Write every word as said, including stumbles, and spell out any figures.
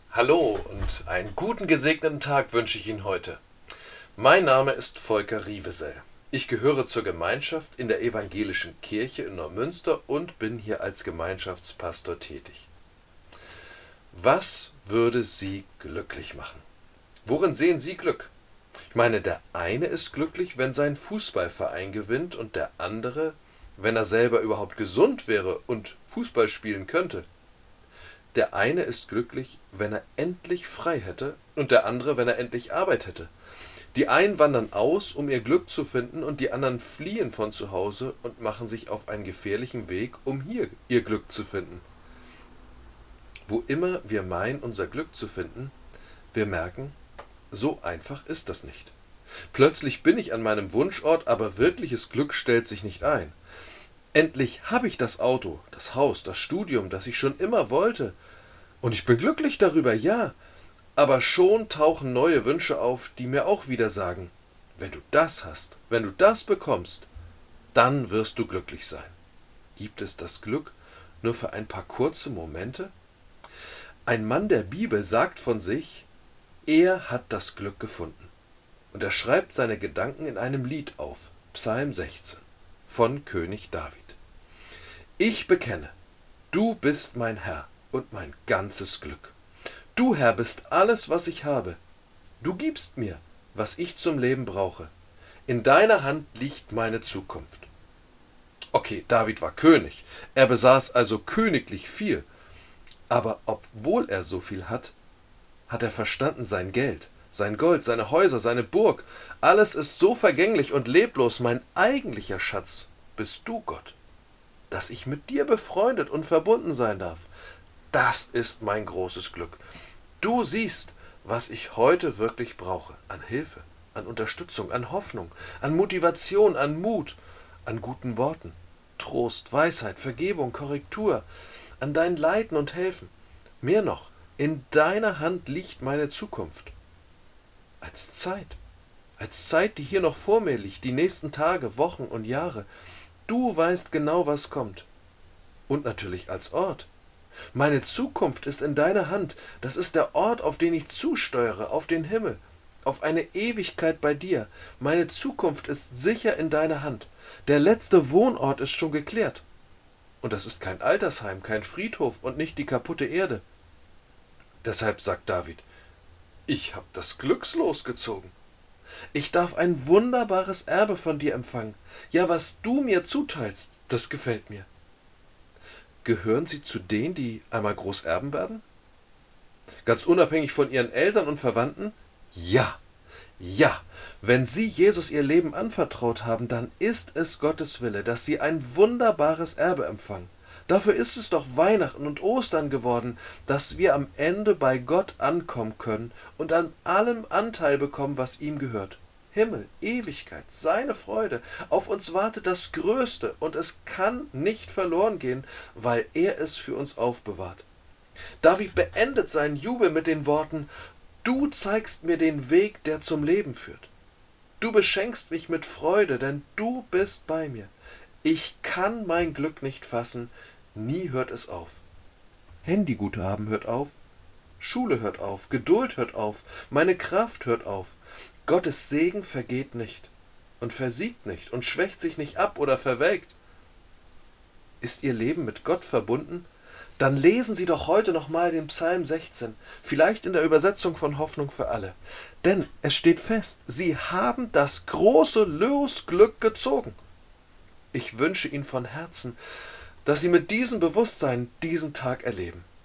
Hallo und einen guten gesegneten Tag wünsche ich Ihnen heute. Mein Name ist Volker Rievesel. Ich gehöre zur Gemeinschaft in der Evangelischen Kirche in Neumünster und bin hier als Gemeinschaftspastor tätig. Was würde Sie glücklich machen? Worin sehen Sie Glück? Ich meine, der eine ist glücklich, wenn sein Fußballverein gewinnt und der andere, wenn er selber überhaupt gesund wäre und Fußball spielen könnte. Der eine ist glücklich, wenn er endlich frei hätte, und der andere, wenn er endlich Arbeit hätte. Die einen wandern aus, um ihr Glück zu finden, und die anderen fliehen von zu Hause und machen sich auf einen gefährlichen Weg, um hier ihr Glück zu finden. Wo immer wir meinen, unser Glück zu finden, wir merken, so einfach ist das nicht. Plötzlich bin ich an meinem Wunschort, aber wirkliches Glück stellt sich nicht ein. Endlich habe ich das Auto, das Haus, das Studium, das ich schon immer wollte. Und ich bin glücklich darüber, ja. Aber schon tauchen neue Wünsche auf, die mir auch wieder sagen, wenn du das hast, wenn du das bekommst, dann wirst du glücklich sein. Gibt es das Glück nur für ein paar kurze Momente? Ein Mann der Bibel sagt von sich, er hat das Glück gefunden. Und er schreibt seine Gedanken in einem Lied auf, Psalm sechzehn. Von König David. Ich bekenne, du bist mein Herr und mein ganzes Glück. Du, Herr, bist alles, was ich habe. Du gibst mir, was ich zum Leben brauche. In deiner Hand liegt meine Zukunft. Okay, David war König. Er besaß also königlich viel. Aber obwohl er so viel hat, hat er verstanden, sein Geld, sein Gold, seine Häuser, seine Burg, alles ist so vergänglich und leblos. Mein eigentlicher Schatz bist du, Gott. Dass ich mit dir befreundet und verbunden sein darf, das ist mein großes Glück. Du siehst, was ich heute wirklich brauche, an Hilfe, an Unterstützung, an Hoffnung, an Motivation, an Mut, an guten Worten, Trost, Weisheit, Vergebung, Korrektur, an dein Leiten und Helfen. Mehr noch, in deiner Hand liegt meine Zukunft. Als Zeit, als Zeit, die hier noch vor mir liegt, die nächsten Tage, Wochen und Jahre. Du weißt genau, was kommt. Und natürlich als Ort. Meine Zukunft ist in deiner Hand. Das ist der Ort, auf den ich zusteuere, auf den Himmel, auf eine Ewigkeit bei dir. Meine Zukunft ist sicher in deiner Hand. Der letzte Wohnort ist schon geklärt. Und das ist kein Altersheim, kein Friedhof und nicht die kaputte Erde. Deshalb sagt David, ich habe das Glückslos gezogen. Ich darf ein wunderbares Erbe von dir empfangen. Ja, was du mir zuteilst, das gefällt mir. Gehören Sie zu denen, die einmal groß erben werden? Ganz unabhängig von Ihren Eltern und Verwandten? Ja, ja. Wenn Sie Jesus Ihr Leben anvertraut haben, dann ist es Gottes Wille, dass Sie ein wunderbares Erbe empfangen. Dafür ist es doch Weihnachten und Ostern geworden, dass wir am Ende bei Gott ankommen können und an allem Anteil bekommen, was ihm gehört. Himmel, Ewigkeit, seine Freude. Auf uns wartet das Größte und es kann nicht verloren gehen, weil er es für uns aufbewahrt. David beendet seinen Jubel mit den Worten, du zeigst mir den Weg, der zum Leben führt. Du beschenkst mich mit Freude, denn du bist bei mir. Ich kann mein Glück nicht fassen, nie hört es auf. Handyguthaben hört auf, Schule hört auf, Geduld hört auf, meine Kraft hört auf. Gottes Segen vergeht nicht und versiegt nicht und schwächt sich nicht ab oder verwelkt. Ist Ihr Leben mit Gott verbunden? Dann lesen Sie doch heute nochmal den Psalm sechzehn, vielleicht in der Übersetzung von Hoffnung für alle. Denn es steht fest, Sie haben das große Losglück gezogen. Ich wünsche Ihnen von Herzen, dass Sie mit diesem Bewusstsein diesen Tag erleben.